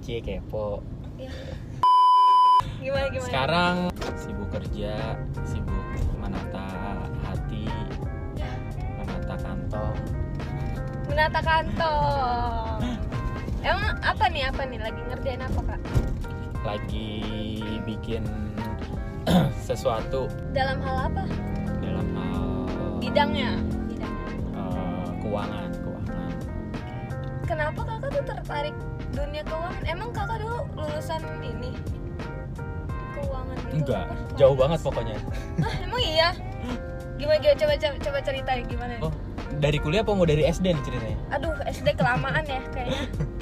Cie kepo. Ya. Gimana? Sekarang sibuk kerja, sibuk menata hati, menata kantong. Menata kantong. Emang apa nih? Lagi ngerjain apa, Kak? Lagi bikin sesuatu Dalam hal apa? dalam hal Bidangnya. keuangan. Kenapa Kakak tuh tertarik dunia keuangan? Emang Kakak dulu lulusan ini? Keuangan gitu? Enggak, apa? jauh banget pokoknya. Hah, emang iya? Gimana coba ceritain gimana nih? Oh, dari kuliah apa mau dari SD nih ceritanya? Aduh, SD kelamaan ya kayaknya.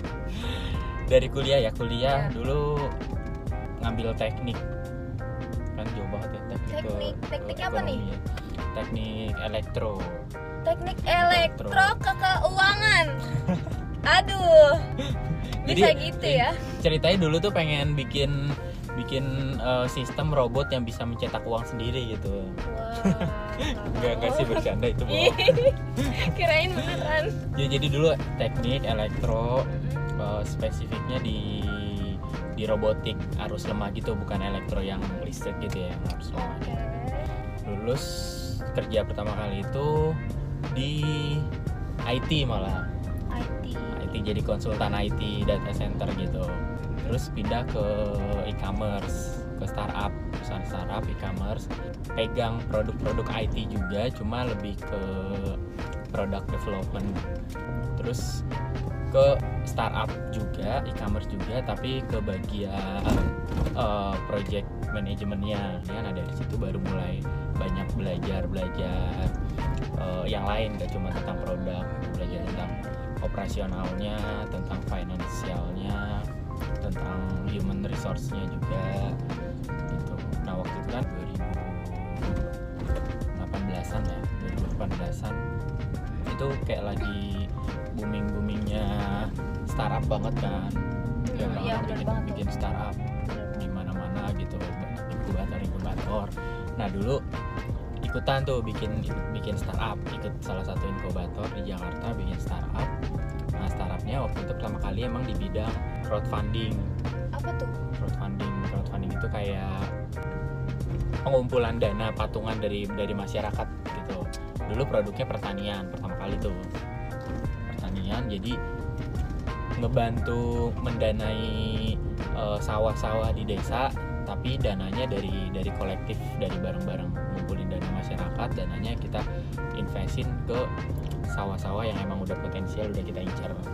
Dari kuliah ya, Ya. dulu ngambil teknik. Kan jauh banget ya Teknik apa nih? ekonomi ya. Teknik elektro. Teknik elektro ke keuangan. Aduh. Bisa Jadi, gitu ya? Ceritanya dulu tuh pengen bikin sistem robot yang bisa mencetak uang sendiri gitu. Wah. Enggak sih, bercanda itu bohong. Kirain beneran. Ya, jadi dulu teknik elektro, spesifiknya di robotik arus lemah gitu, bukan elektro yang listrik gitu ya, yang arus lemah. Oke. Lulus kerja pertama kali itu di IT malah. IT jadi konsultan IT data center gitu. Terus pindah ke e-commerce, ke startup, perusahaan startup e-commerce, pegang produk-produk IT juga, cuma lebih ke product development. Terus ke startup juga, e-commerce juga, tapi ke bagian project manajemennya. Ya, nah dari situ baru mulai banyak belajar yang lain, gak cuma tentang produk, belajar tentang operasionalnya, tentang finansialnya, tentang human resource-nya juga gitu. Nah waktu itu kan 2018-an ya, 2018-an itu kayak lagi booming-boomingnya startup banget kan. Ya, Iya, benar banget bikin startup di mana-mana gitu, banyak inkubator. Nah dulu ikutan tuh bikin startup, ikut salah satu inkubator di Jakarta bikin startup. Nah startupnya waktu itu pertama kali emang di bidang crowdfunding. Apa tuh? Crowdfunding itu kayak pengumpulan dana patungan dari masyarakat gitu. Dulu produknya pertanian pertama kali tuh. Pertanian, jadi ngebantu mendanai sawah-sawah di desa, tapi dananya dari kolektif, dari bareng-bareng ngumpulin dana masyarakat, dananya kita investin ke sawah-sawah yang emang udah potensial, udah kita incar gitu.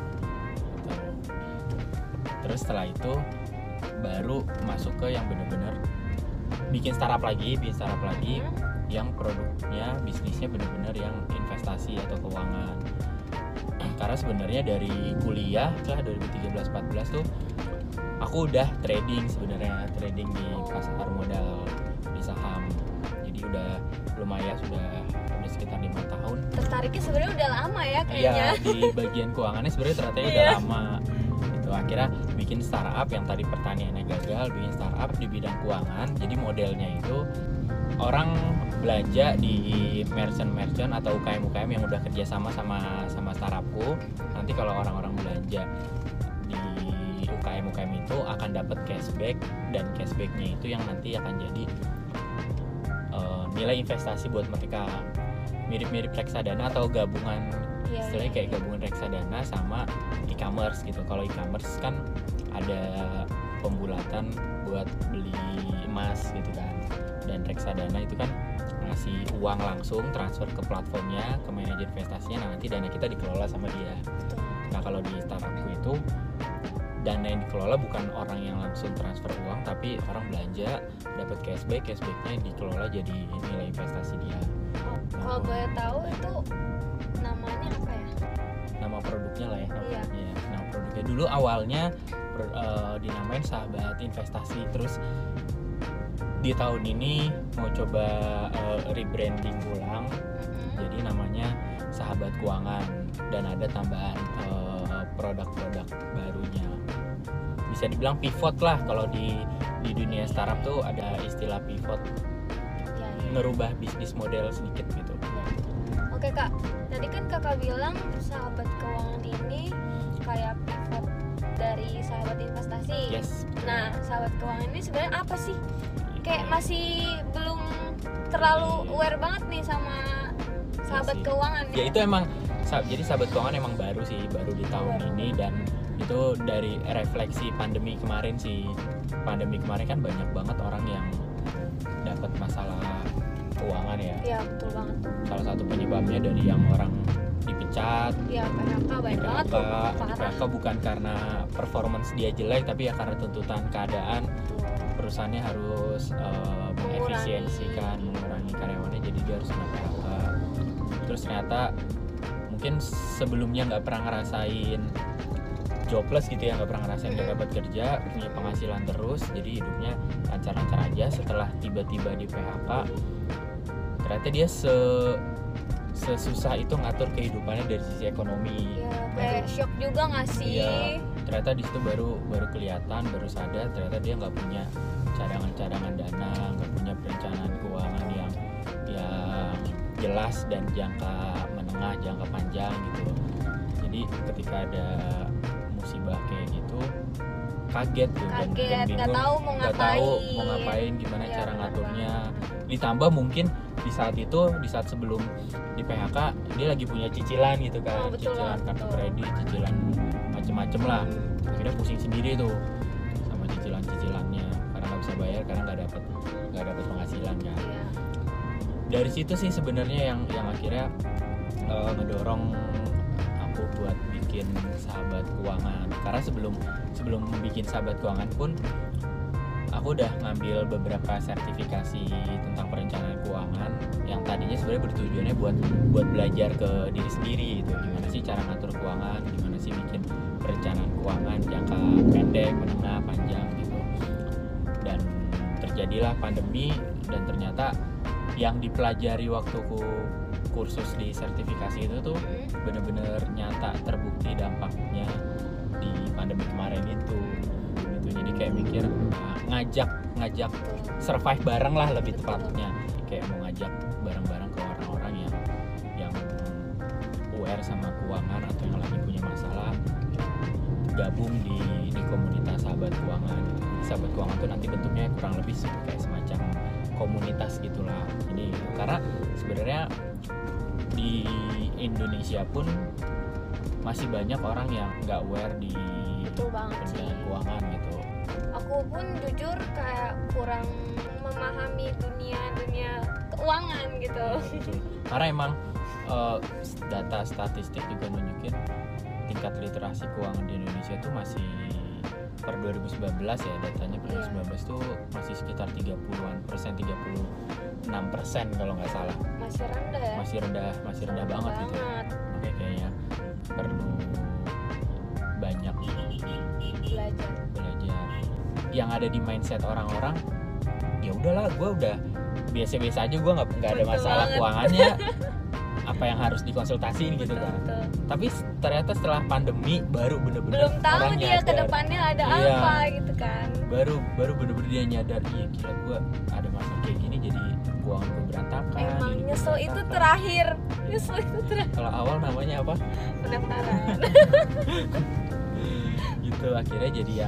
Terus setelah itu baru masuk ke yang bener-bener bikin startup lagi yang produknya, bisnisnya bener-bener yang investasi atau keuangan. Karena sebenarnya dari kuliah lah 2013-14 tuh aku udah trading di pasar modal, di saham. Jadi udah lumayan, sudah sekitar 5 tahun. Tertariknya sebenarnya udah lama ya kayaknya. Iya, di bagian keuangannya sebenarnya ternyata udah lama. Gitu. Akhirnya bikin startup yang tadi pertaniannya gagal, bikin startup di bidang keuangan. Jadi modelnya itu orang belanja di merchant atau UKM yang udah kerja sama startupku. Nanti kalau orang-orang belanja di UKM itu akan dapat cashback, dan cashbacknya itu yang nanti akan jadi nilai investasi buat mereka. Mirip-mirip reksadana atau gabungan, istilahnya kayak gabungan reksadana sama e-commerce gitu. Kalau e-commerce kan ada pembulatan buat beli emas gitu kan, dan reksadana itu kan ngasih uang langsung, transfer ke platformnya, ke manajer investasinya. Nah nanti dana kita dikelola sama dia. Nah kalau di startupku itu dana yang dikelola bukan orang yang langsung transfer uang, tapi orang belanja dapat cashbacknya dikelola jadi nilai investasi dia. Kalau boleh tahu itu namanya apa ya? Nama produknya lah ya. Iya. Nama produknya dulu awalnya dinamain Sahabat Investasi. Terus di tahun ini mau coba rebranding ulang, jadi namanya Sahabat Keuangan, dan ada tambahan produk-produk barunya. Bisa dibilang pivot lah, kalau di dunia startup tuh ada istilah pivot, ngerubah bisnis model sedikit gitu. Oke Kak, tadi kan Kakak bilang Sahabat Keuangan ini kayak pivot dari sahabat investasi. Yes. Nah, sahabat keuangan ini sebenarnya apa sih? Kayak masih belum terlalu aware banget nih sama sahabat sih. keuangan. Ya itu emang jadi sahabat keuangan emang baru sih, baru di tahun ini, dan itu dari refleksi pandemi kemarin sih. Pandemi kemarin kan banyak banget orang yang dapat masalah keuangan ya. Iya, betul banget. Salah satu penyebabnya dari yang orang dipecat. Ya, PHK banyak banget tuh. PHK bukan karena performance dia jelek, tapi ya karena tuntutan keadaan. Perusahaannya harus mengefisiensikan, mengurangi karyawannya, jadi dia harus kena PHK. Terus ternyata mungkin sebelumnya nggak pernah ngerasain jobless gitu ya, nggak pernah ngerasain nggak dapat kerja, punya penghasilan terus, jadi hidupnya lancar-lancar aja. Setelah tiba-tiba di PHK, ternyata dia sesusah itu ngatur kehidupannya dari sisi ekonomi. Ya, kayak shock juga nggak sih? Iya, ternyata di situ baru kelihatan, baru sadar ternyata dia nggak punya cadangan dana, nggak punya perencanaan keuangan yang jelas dan jangka menengah, jangka panjang gitu. Jadi ketika ada musibah kayak gitu, kaget tuh, dan nggak tahu mau ngapain, gimana ya, cara ngaturnya. Ditambah mungkin di saat sebelum di PHK dia lagi punya cicilan gitu kan, cicilan kartu kredit, cicilan macem-macem lah. Akhirnya pusing sendiri tuh sama cicilannya karena nggak bisa bayar, karena nggak dapat penghasilan kan. Ya. Dari situ sih sebenarnya yang akhirnya ngedorong aku buat bikin sahabat keuangan. Karena sebelum bikin sahabat keuangan pun aku udah ngambil beberapa sertifikasi tentang perencanaan keuangan yang tadinya sebenarnya bertujuannya buat belajar ke diri sendiri gitu. Gimana sih cara ngatur keuangan, gimana sih bikin perencanaan keuangan jangka pendek, menengah, panjang gitu. Dan terjadilah pandemi, dan ternyata yang dipelajari waktu kursus di sertifikasi itu tuh bener-bener nyata, terbukti dampaknya di pandemi kemarin itu. Jadi kayak mikir ngajak survive bareng lah, lebih tepatnya kayak mau ngajak bareng-bareng ke orang-orang yang aware sama keuangan atau yang lagi punya masalah, gabung di komunitas sahabat keuangan. Sahabat keuangan tuh nanti bentuknya kurang lebih kayak semacam komunitas gitulah. Jadi karena sebenarnya di Indonesia pun masih banyak orang yang nggak aware di perencanaan keuangan gitu. Aku pun jujur kayak kurang memahami dunia keuangan gitu. Betul. Karena emang data statistik juga nunjukin tingkat literasi keuangan di Indonesia tuh masih per 2019 ya, datanya per 2019 tuh masih sekitar 36% kalau nggak salah. Masih rendah ya? Masih rendah banget gitu. Makanya kayaknya perlu banyak belajar. Yang ada di mindset orang-orang, ya udahlah, gue udah biasa-biasa aja, gue nggak ada masalah keuangannya. Apa yang harus dikonsultasiin gitu kan. Tapi ternyata setelah pandemi baru bener-bener belum tahu orang dia nyadar, kedepannya ada apa gitu kan. Baru bener-bener dia nyadar, iya gila, gue ada masalah kayak gini, jadi keuangan gue berantakan. Emang nyesel itu terakhir. Kalau awal namanya apa? Pendaftaran. Gitu, akhirnya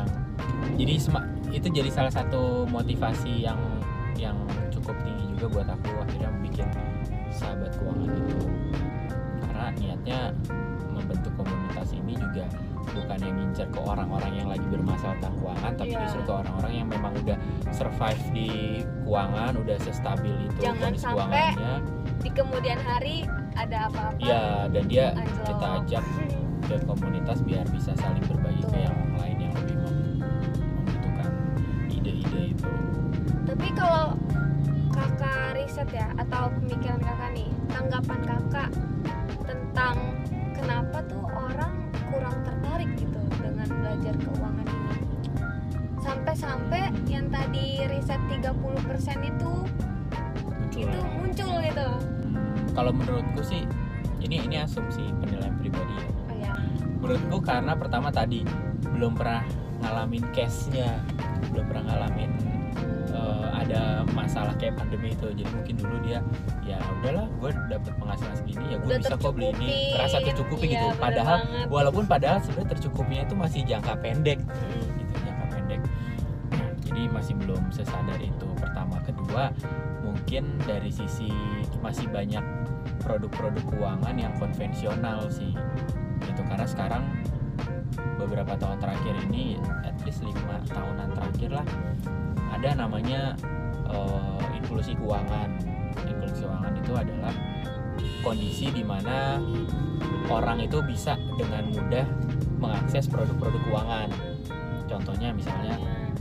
itu jadi salah satu motivasi yang cukup tinggi juga buat aku akhirnya bikin sahabat keuangan itu. Karena niatnya membentuk komunitas ini juga bukan yang ngincer ke orang-orang yang lagi bermasalah tentang keuangan, tapi justru ke orang-orang yang memang udah survive di keuangan, udah sestabil itu kondisi keuangannya. Di kemudian hari ada apa-apa. Iya, dan dia anjlok. Kita ajak ke komunitas biar bisa saling berbagi ke yang lain yang lebih membutuhkan ide-ide itu. Tapi kalau kakak riset ya, atau pemikiran kakak nih, tanggapan kakak tentang kenapa tuh orang kurang tertarik gitu dengan belajar keuangan ini, sampai yang tadi riset 30% itu muncul gitu. Kalau menurutku sih ini asumsi penilaian pribadi ya. Oh ya. Menurutku karena pertama tadi belum pernah ngalamin case-nya, belum pernah ngalamin ada masalah kayak pandemi itu. Jadi mungkin dulu dia ya udahlah, gue dapet penghasilan segini ya gue bisa kok beli ini, merasa tercukupi gitu. Padahal padahal sebenarnya tercukupnya itu masih jangka pendek gitu, jangka pendek. Jadi masih belum sesadar itu, pertama. Kedua, mungkin dari sisi masih banyak produk-produk keuangan yang konvensional sih gitu, karena sekarang beberapa tahun terakhir ini, at least 5 tahunan terakhir lah, ada namanya inklusi keuangan. Inklusi keuangan itu adalah kondisi di mana orang itu bisa dengan mudah mengakses produk-produk keuangan. Contohnya misalnya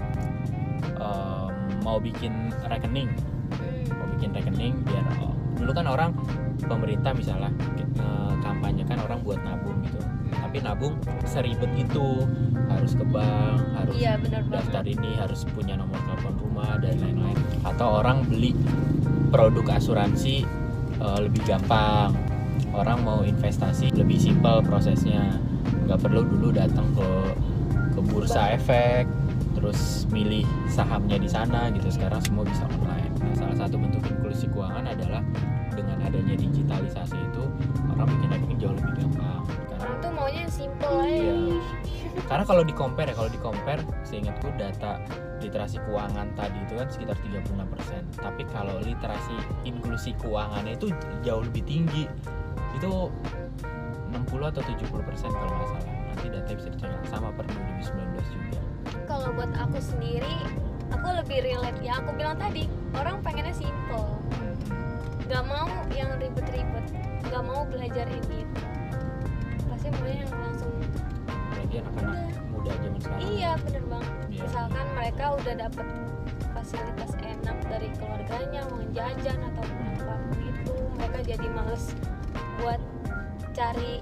mau bikin rekening biar dulu kan orang, pemerintah misalnya kampanyekan orang buat nabung gitu, tapi nabung seribet itu, harus ke bank, harus daftar ini, harus punya nomor telepon rumah dan lain-lain. Atau orang beli produk asuransi lebih gampang, orang mau investasi lebih simpel prosesnya, nggak perlu dulu datang ke bursa efek terus milih sahamnya di sana gitu. Sekarang semua bisa online. Nah, salah satu bentuk inklusi keuangan adalah dengan adanya digitalisasi itu, orang bikin rekening jauh lebih gampang. Orang tuh maunya yang simple aja. Iya. Karena kalau di compare, seingatku data literasi keuangan tadi itu kan sekitar 36%. Tapi kalau literasi inklusi keuangannya itu jauh lebih tinggi. Itu 60 atau 70% kalau nggak salah. Nanti data bisa dicek, sama per 2019 juga. Kalau buat aku sendiri, aku lebih relate ya, aku bilang tadi, orang pengennya simple, gak mau yang ribet-ribet, gak mau belajar ini, pasti maunya yang langsung. Apalagi anak-anak muda zaman sekarang. Iya bener banget. Misalkan mereka udah dapet fasilitas enak dari keluarganya, mau jajan atau apapun itu, mereka jadi males buat cari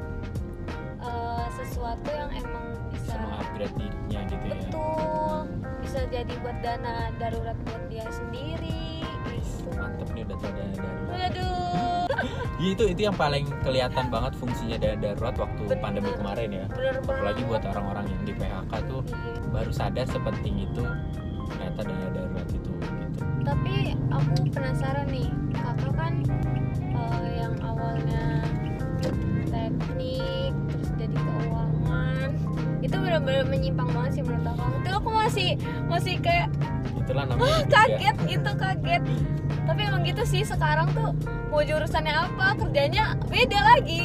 sesuatu yang emang bisa mengupgrade dirinya gitu. Betul, bisa jadi buat dana darurat buat dia sendiri gitu. Mantep nih udah dana darurat. Aduh. Ya, itu yang paling kelihatan banget fungsinya dana darurat waktu pandemi kemarin ya. Apalagi buat orang-orang yang di PHK tuh baru sadar sepenting itu ternyata dana darurat itu gitu. Tapi aku penasaran nih, kakak kan yang awalnya teknik terus jadi keuangan, itu benar-benar menyimpang banget sih menurut aku. Itu aku masih kayak itulah namanya kaget gitu, kaget. Tapi emang gitu sih, sekarang tuh mau jurusannya apa, kerjanya beda lagi.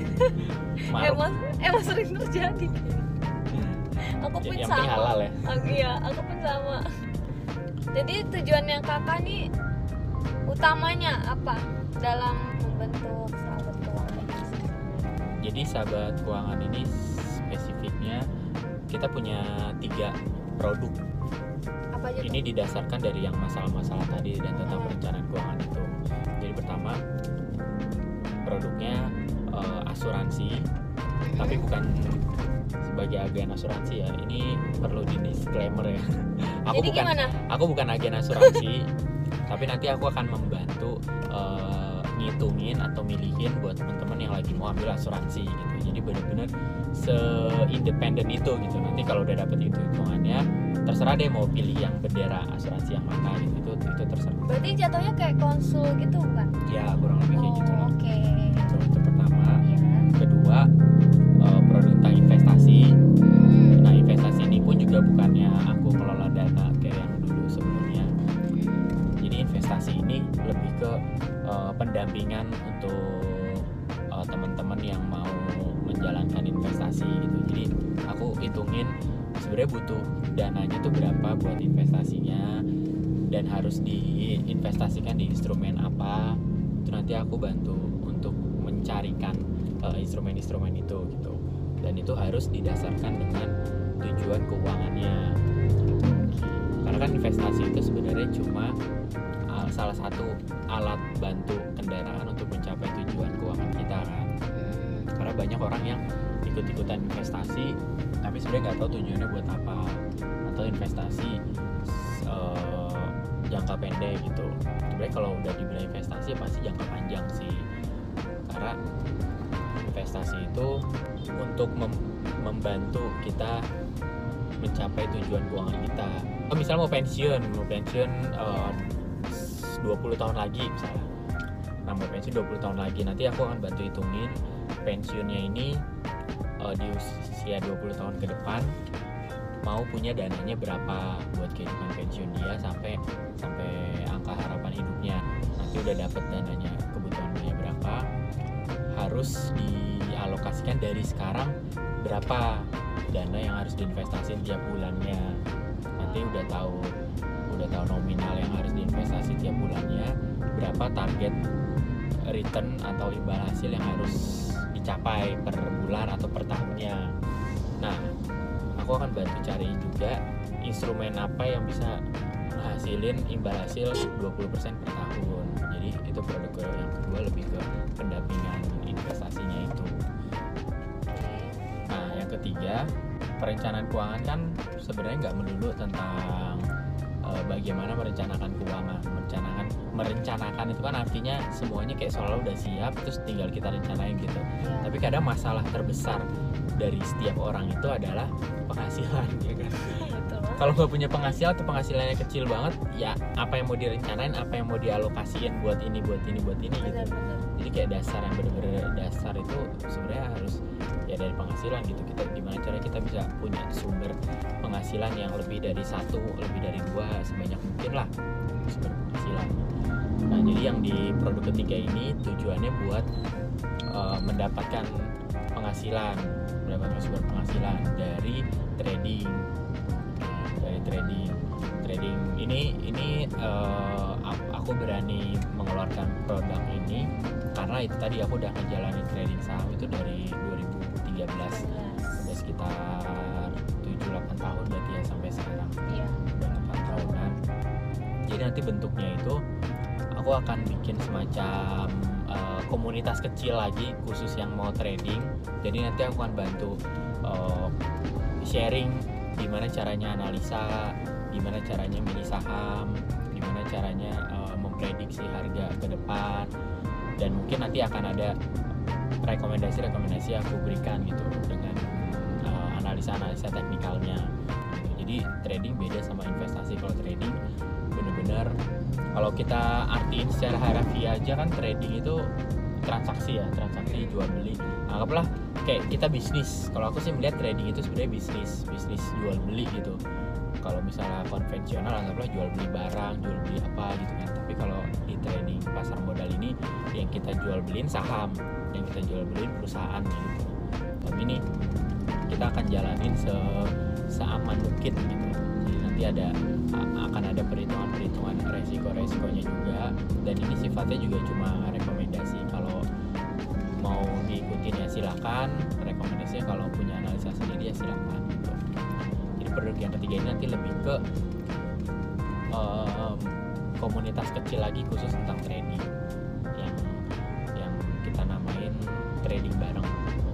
emang sering terjadi. Aku pun yang sama. halal ya. Aku pun sama. Jadi tujuannya kakak nih utamanya apa dalam membentuk sahabat keuangan? Jadi sahabat keuangan ini spesifiknya kita punya 3 produk. Apa aja? Ini didasarkan dari yang masalah-masalah tadi dan tentang perencanaan keuangan itu. Jadi pertama produknya asuransi, tapi bukan sebagai agen asuransi ya. Ini perlu di disclaimer ya. Aku bukan agen asuransi, tapi nanti aku akan membantu ngitungin atau milihin buat teman-teman yang lagi mau ambil asuransi gitu. Jadi benar-benar se-independen itu gitu. Nanti kalau udah dapet itu hitungannya, terserah deh mau pilih yang bendera asuransi yang mana gitu. Itu terserah. Berarti jatuhnya kayak konsul gitu kan? Ya kurang lebih kayak gitu lah. Oke. Itu pertama. Ya. Kedua, produk tentang investasi. Nah, investasi ini pun juga bukannya aku kelola dana kayak yang dulu sebelumnya. Jadi investasi ini lebih ke pendampingan untuk teman-teman yang mau menjalankan investasi gitu. Jadi aku hitungin sebenarnya butuh dananya tuh berapa buat investasinya dan harus diinvestasikan di instrumen apa. Itu nanti aku bantu untuk mencarikan instrumen-instrumen itu gitu. Dan itu harus didasarkan dengan tujuan keuangannya. Karena kan investasi itu sebenarnya cuma salah satu alat bantu kendaraan untuk mencapai tujuan keuangan kita kan. Karena banyak orang yang ikut-ikutan investasi tapi sebenarnya nggak tahu tujuannya buat apa, atau investasi jangka pendek gitu. Sebenarnya kalau udah dibilang investasi pasti jangka panjang sih, karena investasi itu untuk membantu kita mencapai tujuan keuangan kita. misalnya mau pensiun 20 tahun lagi misalnya. Nah, mau pensiun 20 tahun lagi, nanti aku akan bantu hitungin pensiunnya ini di usia 20 tahun ke depan mau punya dananya berapa buat kehidupan pensiun dia sampai angka harapan hidupnya. Nanti udah dapet dananya, kebutuhannya berapa, harus dialokasikan dari sekarang berapa dana yang harus diinvestasikan tiap bulannya. Nanti udah tahu nominal yang harus diinvestasi tiap bulannya, berapa target return atau imbal hasil yang harus dicapai per bulan atau per tahunnya. Nah, aku akan bantu cari juga instrumen apa yang bisa menghasilin imbal hasil 20% per tahun. Jadi itu produk yang kedua, lebih ke pendampingan investasinya itu. Nah, yang ketiga, perencanaan keuangan kan sebenarnya nggak melulu tentang bagaimana merencanakan keuangan. Merencanakan itu kan artinya semuanya kayak seolah udah siap, terus tinggal kita rencanain gitu. Tapi kadang masalah terbesar dari setiap orang itu adalah penghasilan, ya kan? Kalau nggak punya penghasilan atau penghasilannya kecil banget, ya apa yang mau direncanain, apa yang mau dialokasiin buat ini gitu. Jadi kayak dasar yang bener-bener dasar itu sebenarnya harus ya dari penghasilan gitu. Kita gimana cara kita bisa punya sumber penghasilan yang lebih dari 1, lebih dari 2, sebanyak mungkin lah sumber penghasilan. Nah, jadi yang di produk ketiga ini tujuannya buat mendapatkan sumber penghasilan dari trading. Trading ini aku berani mengeluarkan produk ini karena itu tadi aku udah ngejalanin trading saham itu dari 2013, udah sekitar 7-8 tahun berarti ya sampai sekarang. Udah 8 tahunan. Jadi nanti bentuknya itu aku akan bikin semacam komunitas kecil lagi khusus yang mau trading. Jadi nanti aku akan bantu sharing gimana caranya analisa, gimana caranya milih saham, gimana caranya memprediksi harga ke depan, dan mungkin nanti akan ada rekomendasi yang aku berikan gitu dengan analisa teknikalnya. Jadi trading beda sama investasi. Kalau trading benar-benar kalau kita artiin secara harafiah aja kan trading itu transaksi jual beli. Anggaplah kayak kita bisnis. Kalau aku sih melihat trading itu sebenarnya bisnis jual beli gitu. Kalau misalnya konvensional anggaplah jual beli barang, jual beli apa gitu kan. Tapi kalau di trading pasar modal ini yang kita jual beliin saham, yang kita jual beliin perusahaan gitu. Tapi ini kita akan jalanin seaman mungkin gitu. Jadi nanti akan ada perhitungan resikonya juga, dan ini sifatnya juga cuma rekomendasi. Kalau mau diikutin ya silakan, rekomendasinya kalau punya analisa sendiri ya silakan gitu. Jadi produk yang ketiga ini nanti lebih ke komunitas kecil lagi khusus tentang trading yang kita namain trading bareng.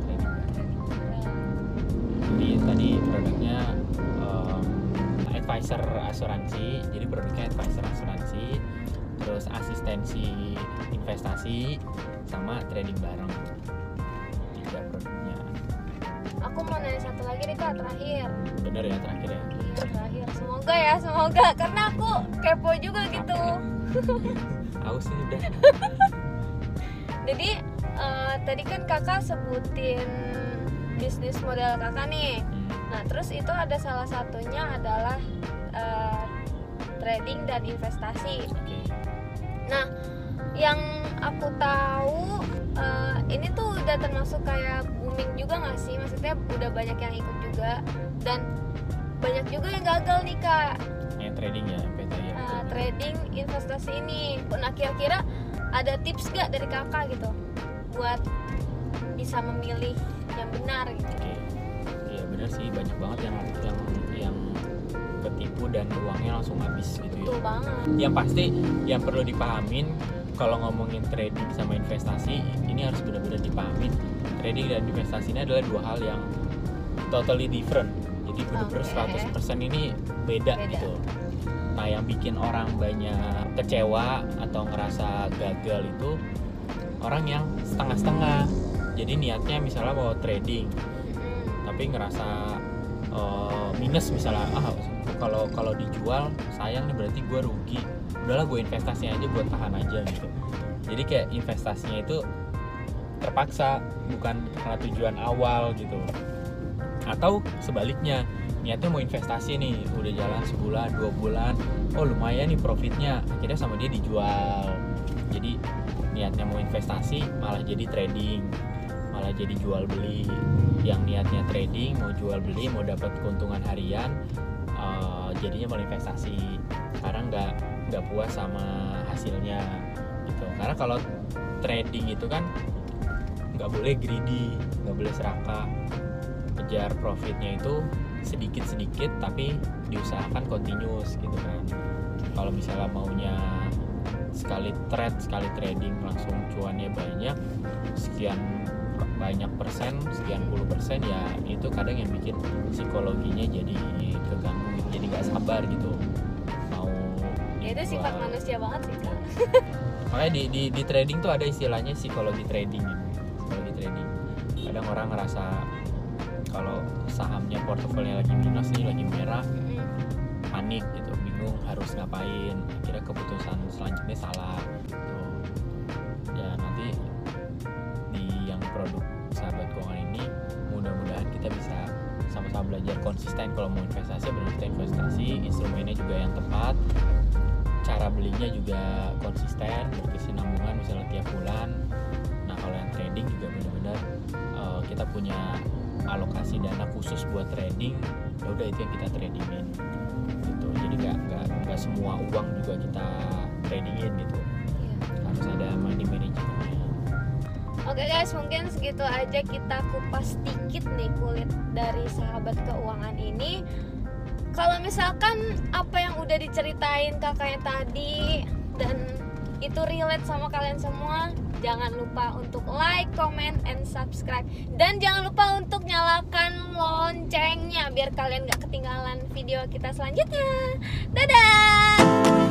Jadi tadi produknya advisor asuransi, jadi produknya advisor asuransi, terus asistensi investasi, sama trading bareng. 3 produknya. Aku mau nanya satu lagi nih Kak, terakhir. Bener ya, terakhir ya? Iya, terakhir. Semoga karena aku kepo juga gitu. Aus sih udah. Jadi tadi kan Kakak sebutin bisnis model Kakak nih. Nah, terus itu ada salah satunya adalah trading dan investasi. Nah, yang aku tahu ini tuh udah termasuk kayak booming juga nggak sih? Maksudnya udah banyak yang ikut juga, dan banyak juga yang gagal nih Kak. Yang trading ya, trading investasi ini. Nah, kira-kira ada tips gak dari Kakak gitu buat bisa memilih yang benar gitu? Iya benar sih, banyak banget yang ketipu dan uangnya langsung habis gitu ya. Betul banget. Yang pasti yang perlu dipahamin kalau ngomongin trading sama investasi, ini harus benar-benar dipahamin. Trading dan investasi ini adalah 2 hal yang totally different. Jadi benar-benar 100% ini beda gitu. Nah, yang bikin orang banyak kecewa atau ngerasa gagal itu orang yang setengah-setengah. Jadi niatnya misalnya mau trading, tapi ngerasa minus misalnya, kalau dijual sayang nih, berarti gue rugi, udahlah gue investasinya aja, gue tahan aja gitu. Jadi kayak investasinya itu terpaksa, bukan karena tujuan awal gitu. Atau sebaliknya, niatnya mau investasi nih, udah jalan sebulan 2 bulan, oh lumayan nih profitnya, akhirnya sama dia dijual. Jadi niatnya mau investasi malah jadi trading, malah jadi jual beli. Yang niatnya trading, mau jual beli, mau dapat keuntungan harian, jadinya malah investasi karena nggak puas sama hasilnya gitu. Karena kalau trading itu kan nggak boleh greedy, nggak boleh serakah, kejar profitnya itu sedikit-sedikit tapi diusahakan continuous gitu kan. Kalau misalnya maunya sekali trade, sekali trading langsung cuannya banyak, sekian banyak persen, sekian puluh persen, ya itu kadang yang bikin psikologinya jadi keganggu gitu, jadi nggak sabar gitu mau ya itu sifat manusia banget sih kan. Makanya di trading tuh ada istilahnya psikologi trading gitu. Psikologi trading, kadang orang ngerasa kalau sahamnya portofolio lagi minus nih, lagi merah, panik gitu, bingung harus ngapain, akhirnya keputusan selanjutnya salah gitu. Ya nanti di yang produk Sahabat Keuangan ini mudah-mudahan kita bisa sama-sama belajar konsisten. Kalau mau investasi, benar kita investasi, instrumennya juga yang tepat, cara belinya juga konsisten, berkesinambungan misalnya tiap bulan. Nah kalau yang trading juga benar-benar kita punya alokasi dana khusus buat trading, ya udah itu yang kita tradingin gitu. Jadi nggak semua uang juga kita tradingin gitu, harus ada money managementnya. Oke guys, mungkin segitu aja kita kupas sedikit nih kulit dari Sahabat Keuangan ini. Kalau misalkan apa yang udah diceritain kakaknya tadi dan itu relate sama kalian semua, jangan lupa untuk like, comment, and subscribe. Dan jangan lupa untuk nyalakan loncengnya biar kalian gak ketinggalan video kita selanjutnya. Dadah!